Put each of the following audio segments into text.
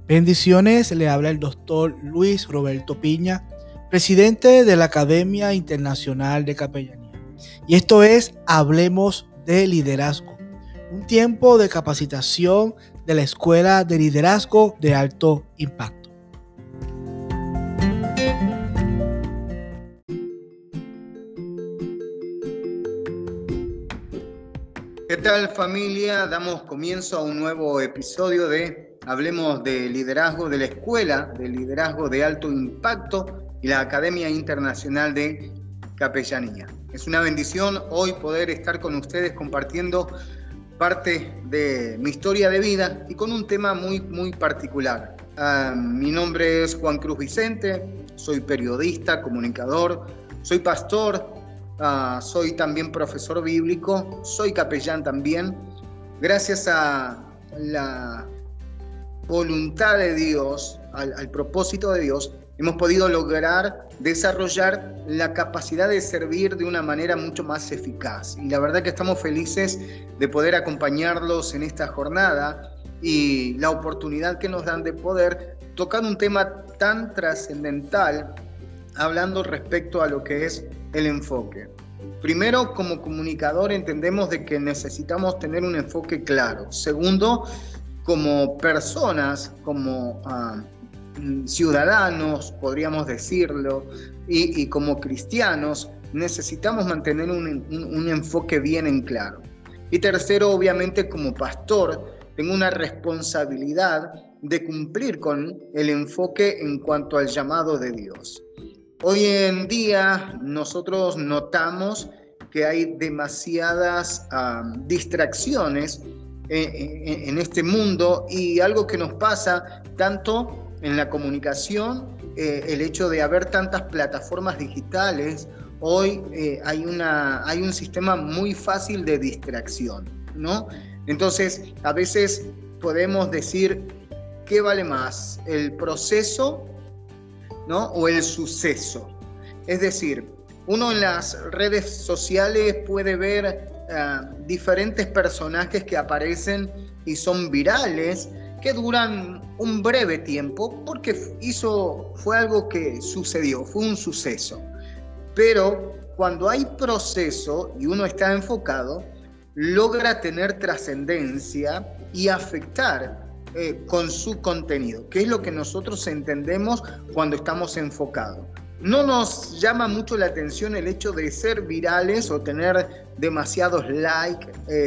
Bendiciones, le habla el doctor Luis Roberto Piña, presidente de la Academia Internacional de Capellanía. Y esto es Hablemos de Liderazgo, un tiempo de capacitación de la Escuela de Liderazgo de Alto Impacto. ¿Qué tal, familia? Damos comienzo a un nuevo episodio de Hablemos de Liderazgo de la Escuela de Liderazgo de Alto Impacto y la Academia Internacional de Capellanía. Es una bendición hoy poder estar con ustedes compartiendo parte de mi historia de vida y con un tema muy particular. Mi nombre es Juan Cruz Vicente, soy periodista, comunicador, soy pastor, soy también profesor bíblico, soy capellán también. Gracias a la voluntad de Dios, al propósito de Dios, hemos podido lograr desarrollar la capacidad de servir de una manera mucho más eficaz. Y la verdad que estamos felices de poder acompañarlos en esta jornada y la oportunidad que nos dan de poder tocar un tema tan trascendental, hablando respecto a lo que es el enfoque. Primero, como comunicador entendemos de que necesitamos tener un enfoque claro. Segundo, como personas, como ciudadanos, podríamos decirlo, y como cristianos, necesitamos mantener un enfoque bien en claro. Y tercero, obviamente, como pastor, tengo una responsabilidad de cumplir con el enfoque en cuanto al llamado de Dios. Hoy en día nosotros notamos que hay demasiadas distracciones en este mundo, y algo que nos pasa tanto en la comunicación, el hecho de haber tantas plataformas digitales, hoy hay un sistema muy fácil de distracción, ¿no? Entonces, a veces podemos decir, ¿qué vale más? ¿El proceso, ¿no? o el suceso? Es decir, uno en las redes sociales puede ver diferentes personajes que aparecen y son virales, que duran un breve tiempo porque fue algo que sucedió, fue un suceso. Pero cuando hay proceso y uno está enfocado, logra tener trascendencia y afectar con su contenido, que es lo que nosotros entendemos cuando estamos enfocados. No nos llama mucho la atención el hecho de ser virales o tener demasiados likes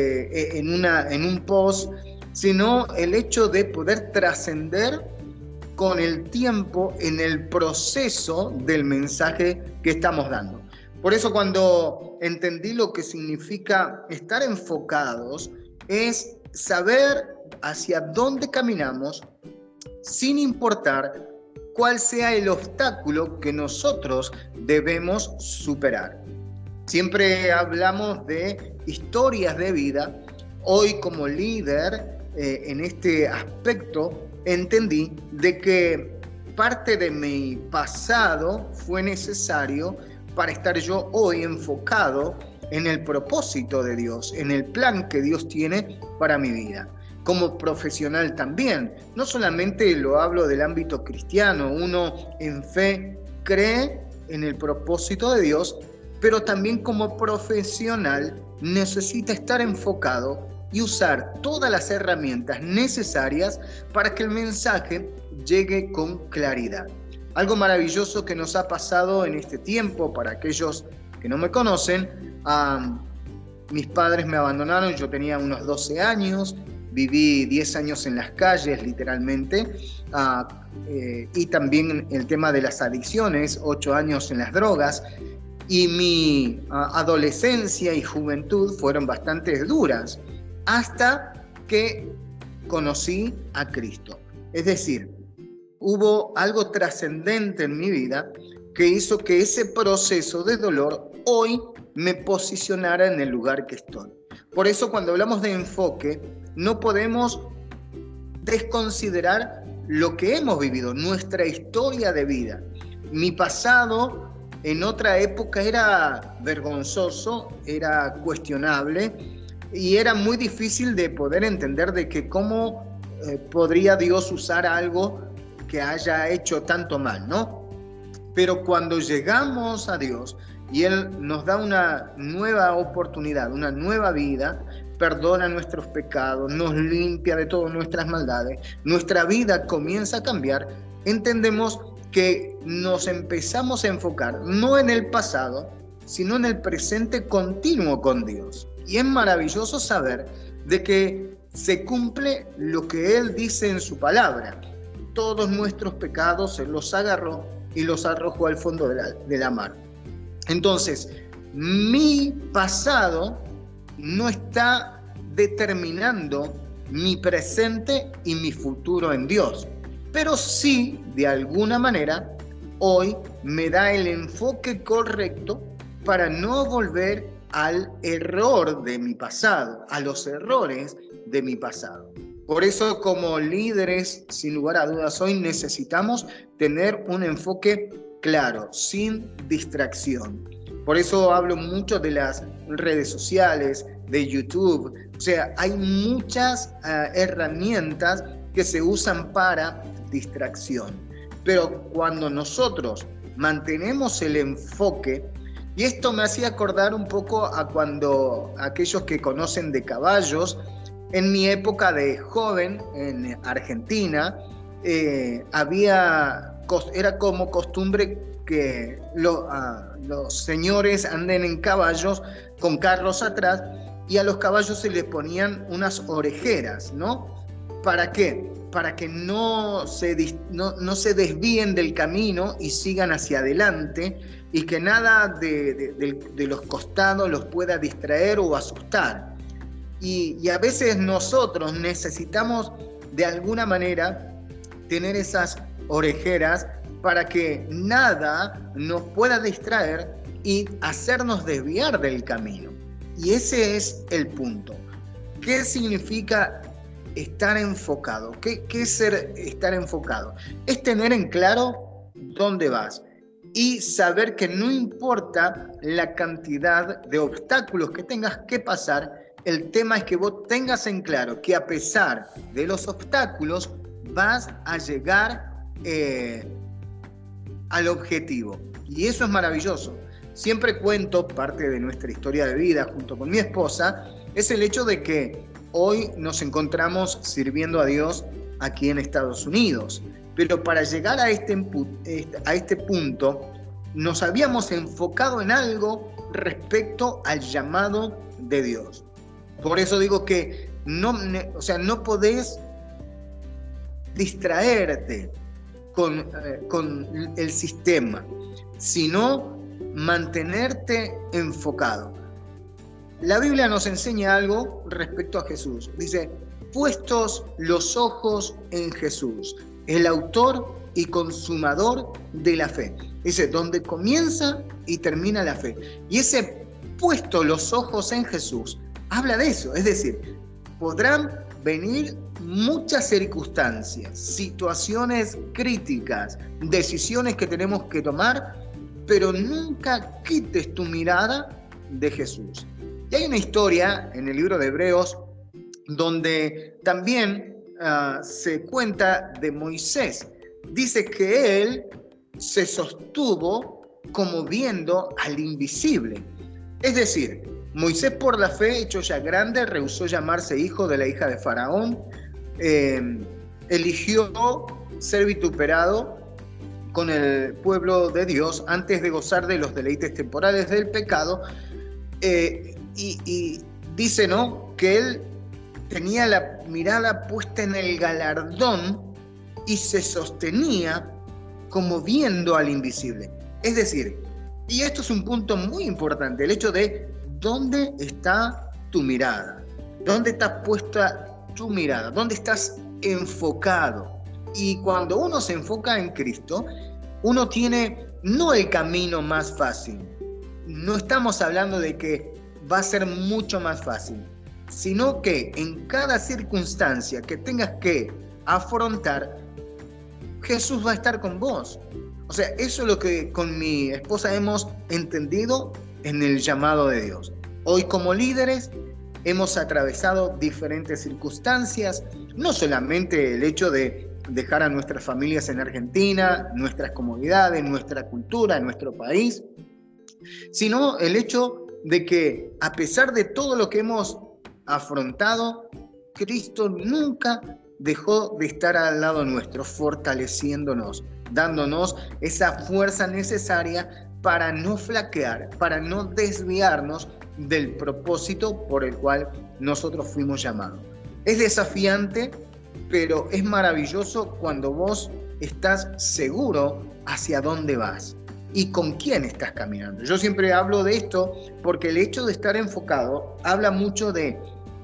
en un post, sino el hecho de poder trascender con el tiempo en el proceso del mensaje que estamos dando. Por eso, cuando entendí lo que significa estar enfocados, es saber hacia dónde caminamos sin importar cuál sea el obstáculo que nosotros debemos superar. Siempre hablamos de historias de vida. Hoy, como líder, en este aspecto, entendí de que parte de mi pasado fue necesario para estar yo hoy enfocado en el propósito de Dios, en el plan que Dios tiene para mi vida. Como profesional también, no solamente lo hablo del ámbito cristiano, uno en fe cree en el propósito de Dios, pero también como profesional necesita estar enfocado y usar todas las herramientas necesarias para que el mensaje llegue con claridad. Algo maravilloso que nos ha pasado en este tiempo, para aquellos que no me conocen, mis padres me abandonaron, yo tenía unos 12 años, viví 10 años en las calles, literalmente, y también el tema de las adicciones, 8 años en las drogas, y mi adolescencia y juventud fueron bastante duras, hasta que conocí a Cristo. Es decir, hubo algo trascendente en mi vida que hizo que ese proceso de dolor hoy me posicionara en el lugar que estoy. Por eso, cuando hablamos de enfoque, no podemos desconsiderar lo que hemos vivido, nuestra historia de vida. Mi pasado en otra época era vergonzoso, era cuestionable y era muy difícil de poder entender de que cómo podría Dios usar algo que haya hecho tanto mal, ¿no? Pero cuando llegamos a Dios y Él nos da una nueva oportunidad, una nueva vida, perdona nuestros pecados, nos limpia de todas nuestras maldades, nuestra vida comienza a cambiar, entendemos que nos empezamos a enfocar no en el pasado, sino en el presente continuo con Dios. Y es maravilloso saber de que se cumple lo que Él dice en su palabra. Todos nuestros pecados Él los agarró y los arrojó al fondo de la mar. Entonces, mi pasado no está determinando mi presente y mi futuro en Dios, pero sí, de alguna manera, hoy me da el enfoque correcto para no volver al error de mi pasado, a los errores de mi pasado. Por eso, como líderes, sin lugar a dudas, hoy necesitamos tener un enfoque claro, sin distracción. Por eso hablo mucho de las redes sociales, de YouTube. O sea, hay muchas herramientas que se usan para distracción. Pero cuando nosotros mantenemos el enfoque, y esto me hacía acordar un poco a cuando aquellos que conocen de caballos, en mi época de joven en Argentina, era como costumbre que los señores anden en caballos con carros atrás y a los caballos se les ponían unas orejeras, ¿no? ¿Para qué? Para que no se desvíen del camino y sigan hacia adelante y que nada de los costados los pueda distraer o asustar. Y a veces nosotros necesitamos de alguna manera tener esas orejeras para que nada nos pueda distraer y hacernos desviar del camino. Y ese es el punto. ¿Qué significa estar enfocado? ¿Qué es estar enfocado? Es tener en claro dónde vas y saber que no importa la cantidad de obstáculos que tengas que pasar, el tema es que vos tengas en claro que a pesar de los obstáculos vas a llegar al objetivo. Y eso es maravilloso. Siempre cuento parte de nuestra historia de vida junto con mi esposa, es el hecho de que hoy nos encontramos sirviendo a Dios aquí en Estados Unidos. Pero para llegar a este punto, nos habíamos enfocado en algo respecto al llamado de Dios. Por eso digo que no podés distraerte con el sistema, sino mantenerte enfocado. La Biblia nos enseña algo respecto a Jesús. Dice, puestos los ojos en Jesús, el autor y consumador de la fe. Dice, donde comienza y termina la fe. Y ese puesto los ojos en Jesús habla de eso. Es decir, podrán venir muchas circunstancias, situaciones críticas, decisiones que tenemos que tomar, pero nunca quites tu mirada de Jesús. Y hay una historia en el libro de Hebreos donde también se cuenta de Moisés. Dice que él se sostuvo como viendo al invisible. Es decir, Moisés, por la fe, hecho ya grande, rehusó llamarse hijo de la hija de Faraón, eligió ser vituperado con el pueblo de Dios antes de gozar de los deleites temporales del pecado, y dice, ¿no?, que él tenía la mirada puesta en el galardón y se sostenía como viendo al invisible. Es decir, y esto es un punto muy importante, el hecho de ¿dónde está tu mirada? ¿Dónde está puesta tu mirada? ¿Dónde estás enfocado? Y cuando uno se enfoca en Cristo, uno tiene no el camino más fácil. No estamos hablando de que va a ser mucho más fácil, sino que en cada circunstancia que tengas que afrontar, Jesús va a estar con vos. O sea, eso es lo que con mi esposa hemos entendido en el llamado de Dios. Hoy como líderes hemos atravesado diferentes circunstancias, no solamente el hecho de dejar a nuestras familias en Argentina, nuestras comunidades, nuestra cultura, nuestro país, sino el hecho de que a pesar de todo lo que hemos afrontado, Cristo nunca dejó de estar al lado nuestro, fortaleciéndonos, dándonos esa fuerza necesaria para no flaquear, para no desviarnos del propósito por el cual nosotros fuimos llamados. Es desafiante, pero es maravilloso cuando vos estás seguro hacia dónde vas y con quién estás caminando. Yo siempre hablo de esto porque el hecho de estar enfocado habla mucho de,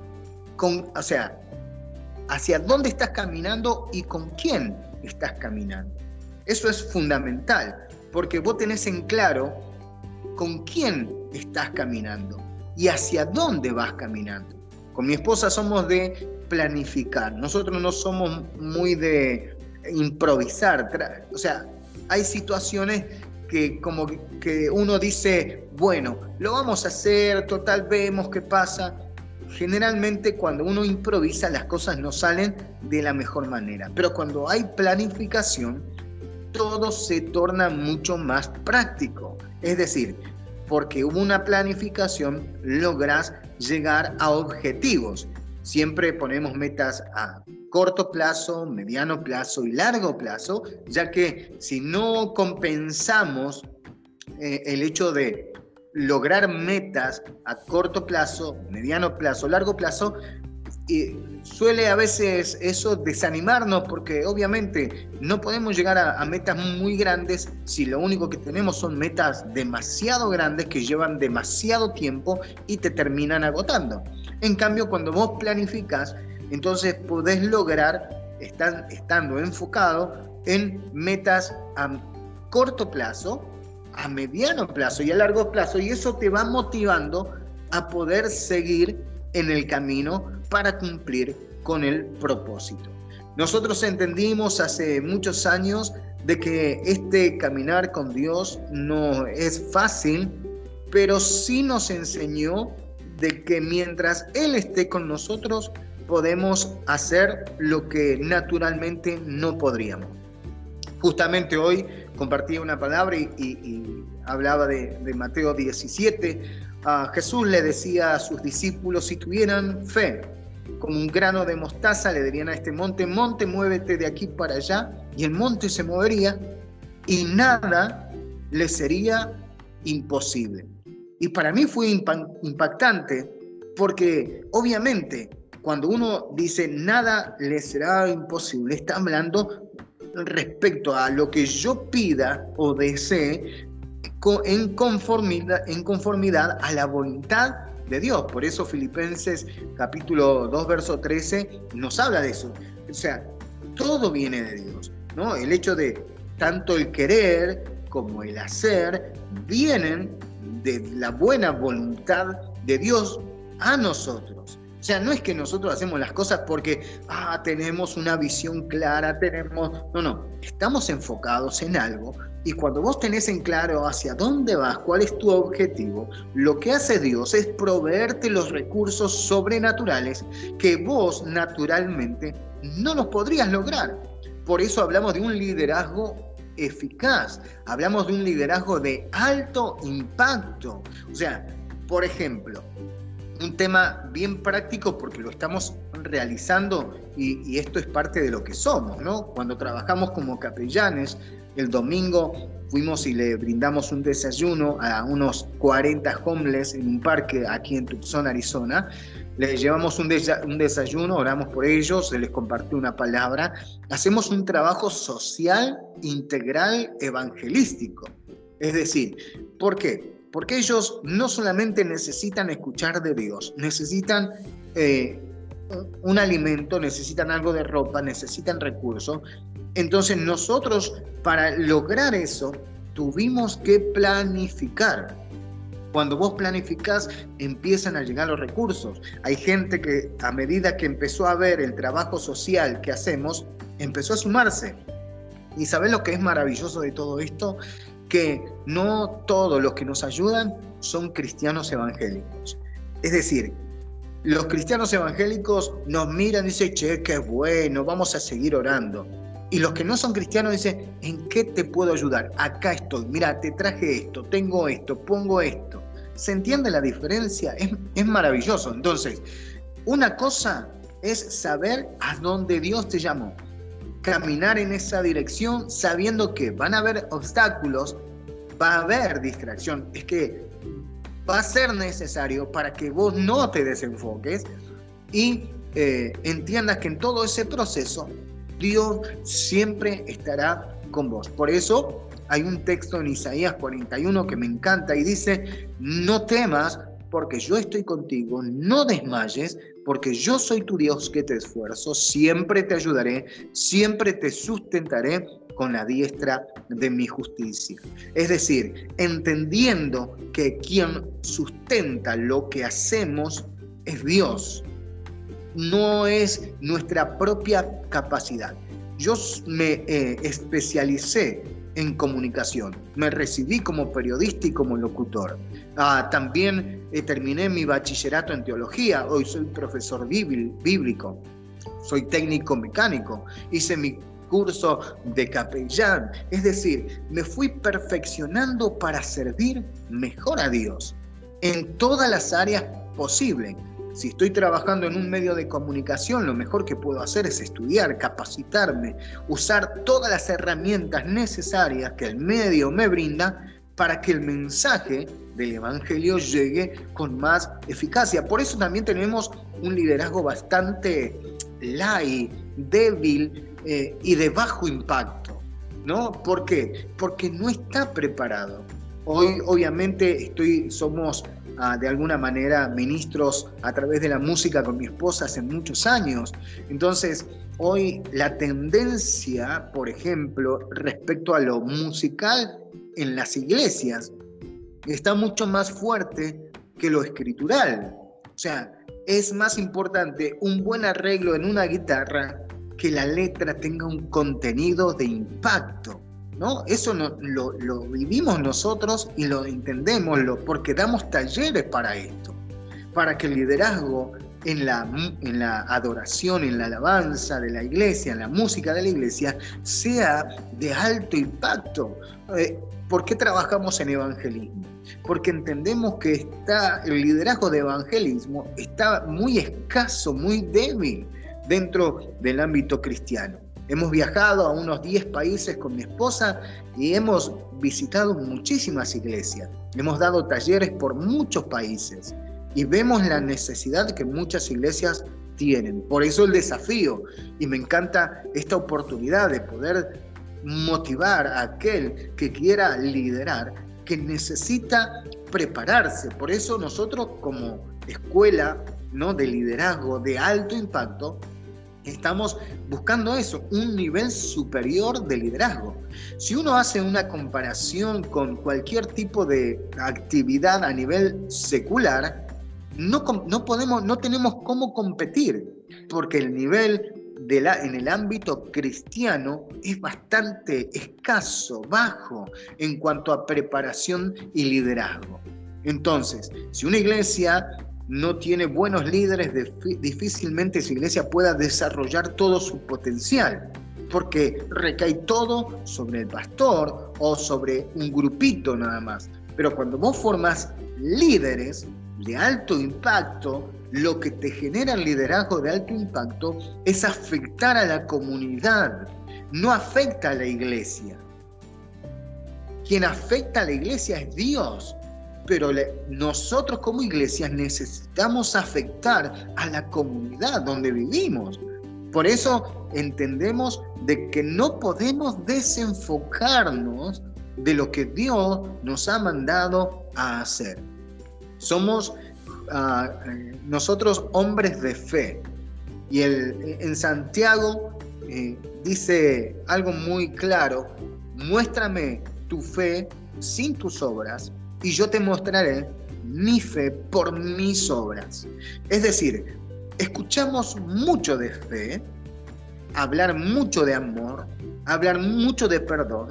hacia dónde estás caminando y con quién estás caminando. Eso es fundamental, porque vos tenés en claro con quién estás caminando y hacia dónde vas caminando. Con mi esposa somos de planificar, nosotros no somos muy de improvisar, hay situaciones que como que uno dice, bueno, lo vamos a hacer, total, vemos qué pasa. Generalmente cuando uno improvisa las cosas no salen de la mejor manera, pero cuando hay planificación todo se torna mucho más práctico. Es decir, porque hubo una planificación lográs llegar a objetivos. Siempre ponemos metas a corto plazo, mediano plazo y largo plazo, ya que si no compensamos el hecho de lograr metas a corto plazo, mediano plazo, largo plazo, suele a veces eso desanimarnos porque obviamente no podemos llegar a metas muy grandes si lo único que tenemos son metas demasiado grandes que llevan demasiado tiempo y te terminan agotando. En cambio, cuando vos planificas, entonces podés lograr, estando enfocado en metas a corto plazo, a mediano plazo y a largo plazo, y eso te va motivando a poder seguir en el camino para cumplir con el propósito. Nosotros entendimos hace muchos años de que este caminar con Dios no es fácil, pero sí nos enseñó de que mientras Él esté con nosotros podemos hacer lo que naturalmente no podríamos. Justamente hoy compartí una palabra y hablaba de Mateo 17. Jesús le decía a sus discípulos, si tuvieran fe como un grano de mostaza, le dirían a este monte, muévete de aquí para allá, y el monte se movería y nada le sería imposible. Y para mí fue impactante porque obviamente cuando uno dice nada le será imposible, está hablando respecto a lo que yo pida o desee en conformidad a la voluntad de Dios. Por eso Filipenses capítulo 2 verso 13 nos habla de eso. O sea, todo viene de Dios, ¿no? El hecho de tanto el querer como el hacer vienen de la buena voluntad de Dios a nosotros. O sea, no es que nosotros hacemos las cosas porque tenemos una visión clara, no, estamos enfocados en algo y cuando vos tenés en claro hacia dónde vas, cuál es tu objetivo, lo que hace Dios es proveerte los recursos sobrenaturales que vos naturalmente no los podrías lograr. Por eso hablamos de un liderazgo eficaz, hablamos de un liderazgo de alto impacto. O sea, por ejemplo, un tema bien práctico porque lo estamos realizando y esto es parte de lo que somos, ¿no? Cuando trabajamos como capellanes, el domingo fuimos y le brindamos un desayuno a unos 40 homeless en un parque aquí en Tucson, Arizona. Les llevamos un desayuno, oramos por ellos, se les compartió una palabra. Hacemos un trabajo social, integral, evangelístico. Es decir, ¿por qué? Porque ellos no solamente necesitan escuchar de Dios, necesitan un alimento, necesitan algo de ropa, necesitan recursos. Entonces nosotros para lograr eso tuvimos que planificar. Cuando vos planificás, empiezan a llegar los recursos. Hay gente que a medida que empezó a ver el trabajo social que hacemos, empezó a sumarse. ¿Y sabés lo que es maravilloso de todo esto? Que no todos los que nos ayudan son cristianos evangélicos. Es decir, los cristianos evangélicos nos miran y dicen, che, qué bueno, vamos a seguir orando. Y los que no son cristianos dicen, ¿en qué te puedo ayudar? Acá estoy, mira, te traje esto, tengo esto, pongo esto. ¿Se entiende la diferencia? Es maravilloso. Entonces, una cosa es saber a dónde Dios te llamó. Caminar en esa dirección sabiendo que van a haber obstáculos, va a haber distracción. Es que va a ser necesario para que vos no te desenfoques y entiendas que en todo ese proceso Dios siempre estará con vos. Por eso hay un texto en Isaías 41 que me encanta y dice, no temas porque yo estoy contigo, no desmayes porque yo soy tu Dios que te esfuerzo, siempre te ayudaré, siempre te sustentaré con la diestra de mi justicia. Es decir, entendiendo que quien sustenta lo que hacemos es Dios, no es nuestra propia capacidad. Yo me especialicé en comunicación, me recibí como periodista y como locutor. También terminé mi bachillerato en teología, hoy soy profesor bíblico, soy técnico mecánico, hice mi curso de capellán, es decir, me fui perfeccionando para servir mejor a Dios en todas las áreas posibles. Si estoy trabajando en un medio de comunicación, lo mejor que puedo hacer es estudiar, capacitarme, usar todas las herramientas necesarias que el medio me brinda para que el mensaje del Evangelio llegue con más eficacia. Por eso también tenemos un liderazgo bastante light, débil y de bajo impacto, ¿no? ¿Por qué? Porque no está preparado. Hoy, obviamente, somos de alguna manera ministros a través de la música con mi esposa hace muchos años. Entonces, hoy la tendencia, por ejemplo, respecto a lo musical en las iglesias, está mucho más fuerte que lo escritural. O sea, es más importante un buen arreglo en una guitarra que la letra tenga un contenido de impacto, ¿no? Eso lo vivimos nosotros y lo entendemos, porque damos talleres para esto, para que el liderazgo en la adoración, en la alabanza de la iglesia, en la música de la iglesia, sea de alto impacto. ¿Por qué trabajamos en evangelismo? Porque entendemos que el liderazgo de evangelismo está muy escaso, muy débil dentro del ámbito cristiano. Hemos viajado a unos 10 países con mi esposa y hemos visitado muchísimas iglesias. Hemos dado talleres por muchos países y vemos la necesidad que muchas iglesias tienen. Por eso el desafío, y me encanta esta oportunidad de poder motivar a aquel que quiera liderar, que necesita prepararse. Por eso nosotros como escuela, ¿no?, de liderazgo de alto impacto, estamos buscando eso, un nivel superior de liderazgo. Si uno hace una comparación con cualquier tipo de actividad a nivel secular, no tenemos cómo competir, porque el nivel en el ámbito cristiano es bastante escaso, bajo, en cuanto a preparación y liderazgo. Entonces, si una iglesia no tiene buenos líderes, difícilmente esa iglesia pueda desarrollar todo su potencial, porque recae todo sobre el pastor o sobre un grupito nada más. Pero cuando vos formas líderes de alto impacto, lo que te genera el liderazgo de alto impacto es afectar a la comunidad, no afecta a la iglesia. Quien afecta a la iglesia es Dios. Pero nosotros como iglesias necesitamos afectar a la comunidad donde vivimos. Por eso entendemos de que no podemos desenfocarnos de lo que Dios nos ha mandado a hacer. Somos nosotros hombres de fe. Y en Santiago dice algo muy claro: muéstrame tu fe sin tus obras, y yo te mostraré mi fe por mis obras. Es decir, escuchamos mucho de fe, hablar mucho de amor, hablar mucho de perdón,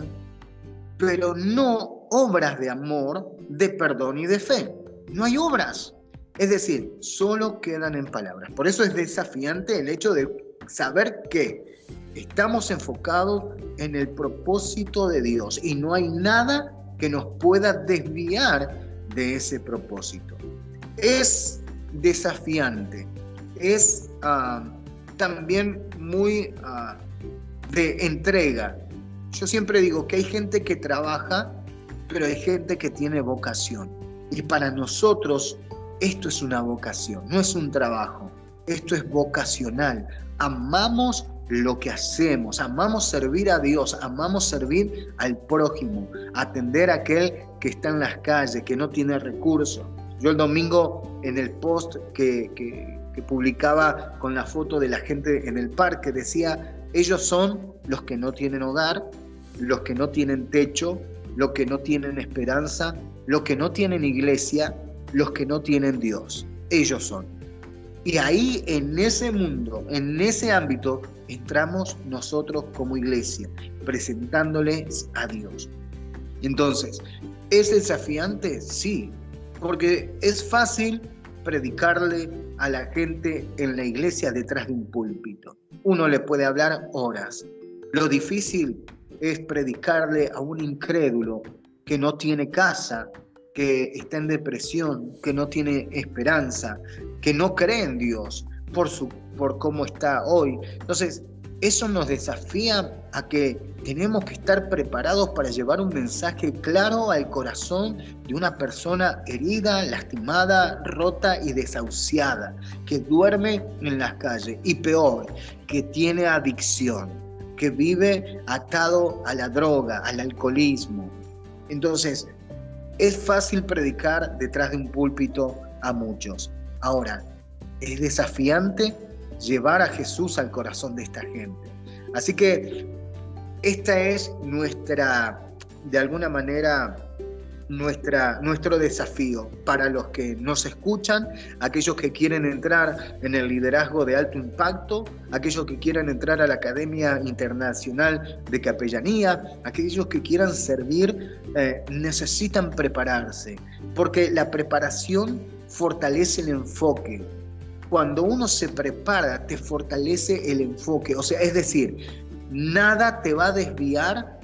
pero no obras de amor, de perdón y de fe. No hay obras. Es decir, solo quedan en palabras. Por eso es desafiante el hecho de saber que estamos enfocados en el propósito de Dios y no hay nada que nos pueda desviar de ese propósito. Es desafiante, es también muy de entrega. Yo siempre digo que hay gente que trabaja, pero hay gente que tiene vocación. Y para nosotros esto es una vocación, no es un trabajo. Esto es vocacional. Amamos lo que hacemos, amamos servir a Dios, amamos servir al prójimo, atender a aquel que está en las calles, que no tiene recursos. Yo el domingo en el post que publicaba con la foto de la gente en el parque decía: ellos son los que no tienen hogar, los que no tienen techo, los que no tienen esperanza, los que no tienen iglesia, los que no tienen Dios. Ellos son. Y ahí, en ese mundo, en ese ámbito, entramos nosotros como iglesia, presentándoles a Dios. Entonces, ¿es desafiante? Sí, porque es fácil predicarle a la gente en la iglesia detrás de un púlpito. Uno le puede hablar horas. Lo difícil es predicarle a un incrédulo que no tiene casa, que está en depresión, que no tiene esperanza, que no cree en Dios por cómo está hoy. Entonces, eso nos desafía a que tenemos que estar preparados para llevar un mensaje claro al corazón de una persona herida, lastimada, rota y desahuciada, que duerme en las calles y peor, que tiene adicción, que vive atado a la droga, al alcoholismo. Entonces, es fácil predicar detrás de un púlpito a muchos. Ahora, es desafiante llevar a Jesús al corazón de esta gente. Así que esta es de alguna manera, nuestro desafío para los que nos escuchan, aquellos que quieren entrar en el liderazgo de alto impacto, aquellos que quieran entrar a la Academia Internacional de Capellanía, aquellos que quieran servir, necesitan prepararse, porque la preparación fortalece el enfoque. Cuando uno se prepara, te fortalece el enfoque, o sea, es decir, nada te va a desviar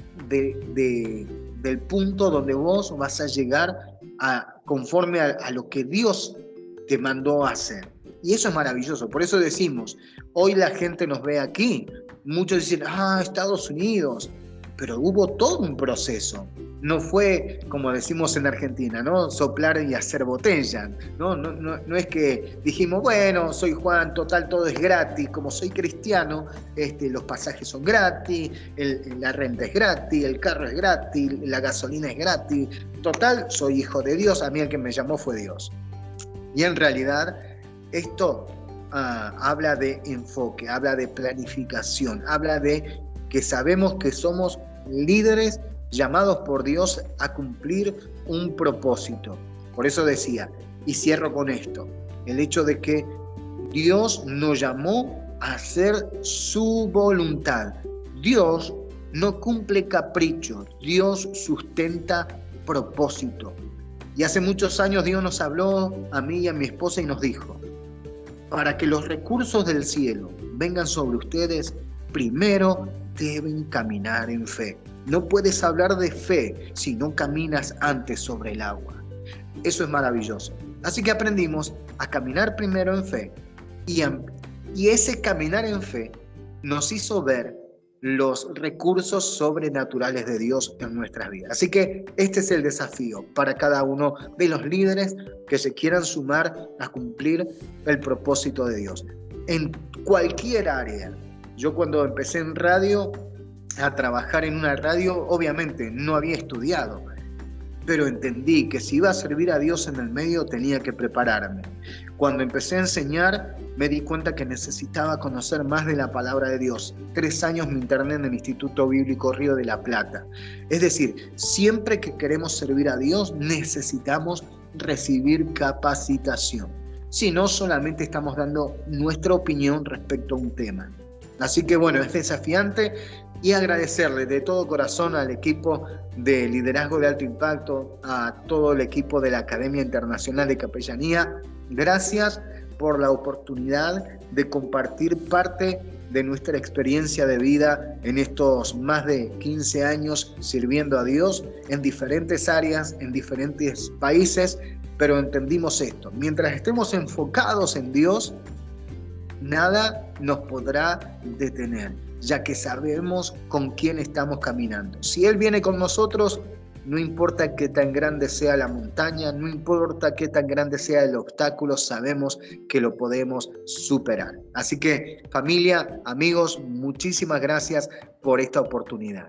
del punto donde vos vas a llegar conforme a lo que Dios te mandó a hacer. Y eso es maravilloso. Por eso decimos, hoy la gente nos ve aquí. Muchos dicen, Estados Unidos. Pero hubo todo un proceso. No fue, como decimos en Argentina, ¿no? Soplar y hacer botella. No es que dijimos, bueno, soy Juan, total, todo es gratis. Como soy cristiano, los pasajes son gratis, la renta es gratis, el carro es gratis, la gasolina es gratis. Total, soy hijo de Dios, a mí el que me llamó fue Dios. Y en realidad, esto habla de enfoque, habla de planificación, habla de que sabemos que somos líderes llamados por Dios a cumplir un propósito. Por eso decía, y cierro con esto, el hecho de que Dios nos llamó a hacer su voluntad. Dios no cumple caprichos, Dios sustenta propósito. Y hace muchos años Dios nos habló a mí y a mi esposa y nos dijo, para que los recursos del cielo vengan sobre ustedes, primero deben caminar en fe. No puedes hablar de fe si no caminas antes sobre el agua. Eso es maravilloso. Así que aprendimos a caminar primero en fe y ese caminar en fe nos hizo ver los recursos sobrenaturales de Dios en nuestras vidas. Así que este es el desafío para cada uno de los líderes que se quieran sumar a cumplir el propósito de Dios. En cualquier área. Yo cuando empecé en radio, a trabajar en una radio, obviamente no había estudiado, pero entendí que si iba a servir a Dios en el medio tenía que prepararme. Cuando empecé a enseñar, me di cuenta que necesitaba conocer más de la palabra de Dios. 3 años me interné en el Instituto Bíblico Río de la Plata. Es decir, siempre que queremos servir a Dios, necesitamos recibir capacitación. Si no, solamente estamos dando nuestra opinión respecto a un tema. Así que bueno, es desafiante y agradecerle de todo corazón al equipo de liderazgo de alto impacto, a todo el equipo de la Academia Internacional de Capellanía, Gracias por la oportunidad de compartir parte de nuestra experiencia de vida en estos más de 15 años sirviendo a Dios en diferentes áreas, en diferentes países, pero entendimos esto: mientras estemos enfocados en Dios, nada nos podrá detener, ya que sabemos con quién estamos caminando. Si Él viene con nosotros, no importa qué tan grande sea la montaña, no importa qué tan grande sea el obstáculo, sabemos que lo podemos superar. Así que, familia, amigos, muchísimas gracias por esta oportunidad.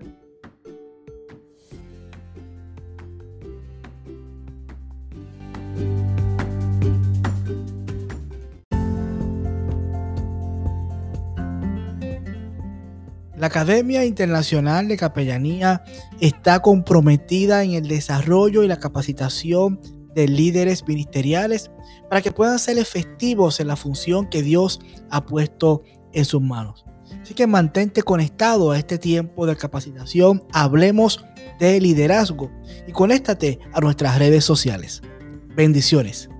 La Academia Internacional de Capellanía está comprometida en el desarrollo y la capacitación de líderes ministeriales para que puedan ser efectivos en la función que Dios ha puesto en sus manos. Así que mantente conectado a este tiempo de capacitación. Hablemos de liderazgo y conéctate a nuestras redes sociales. Bendiciones.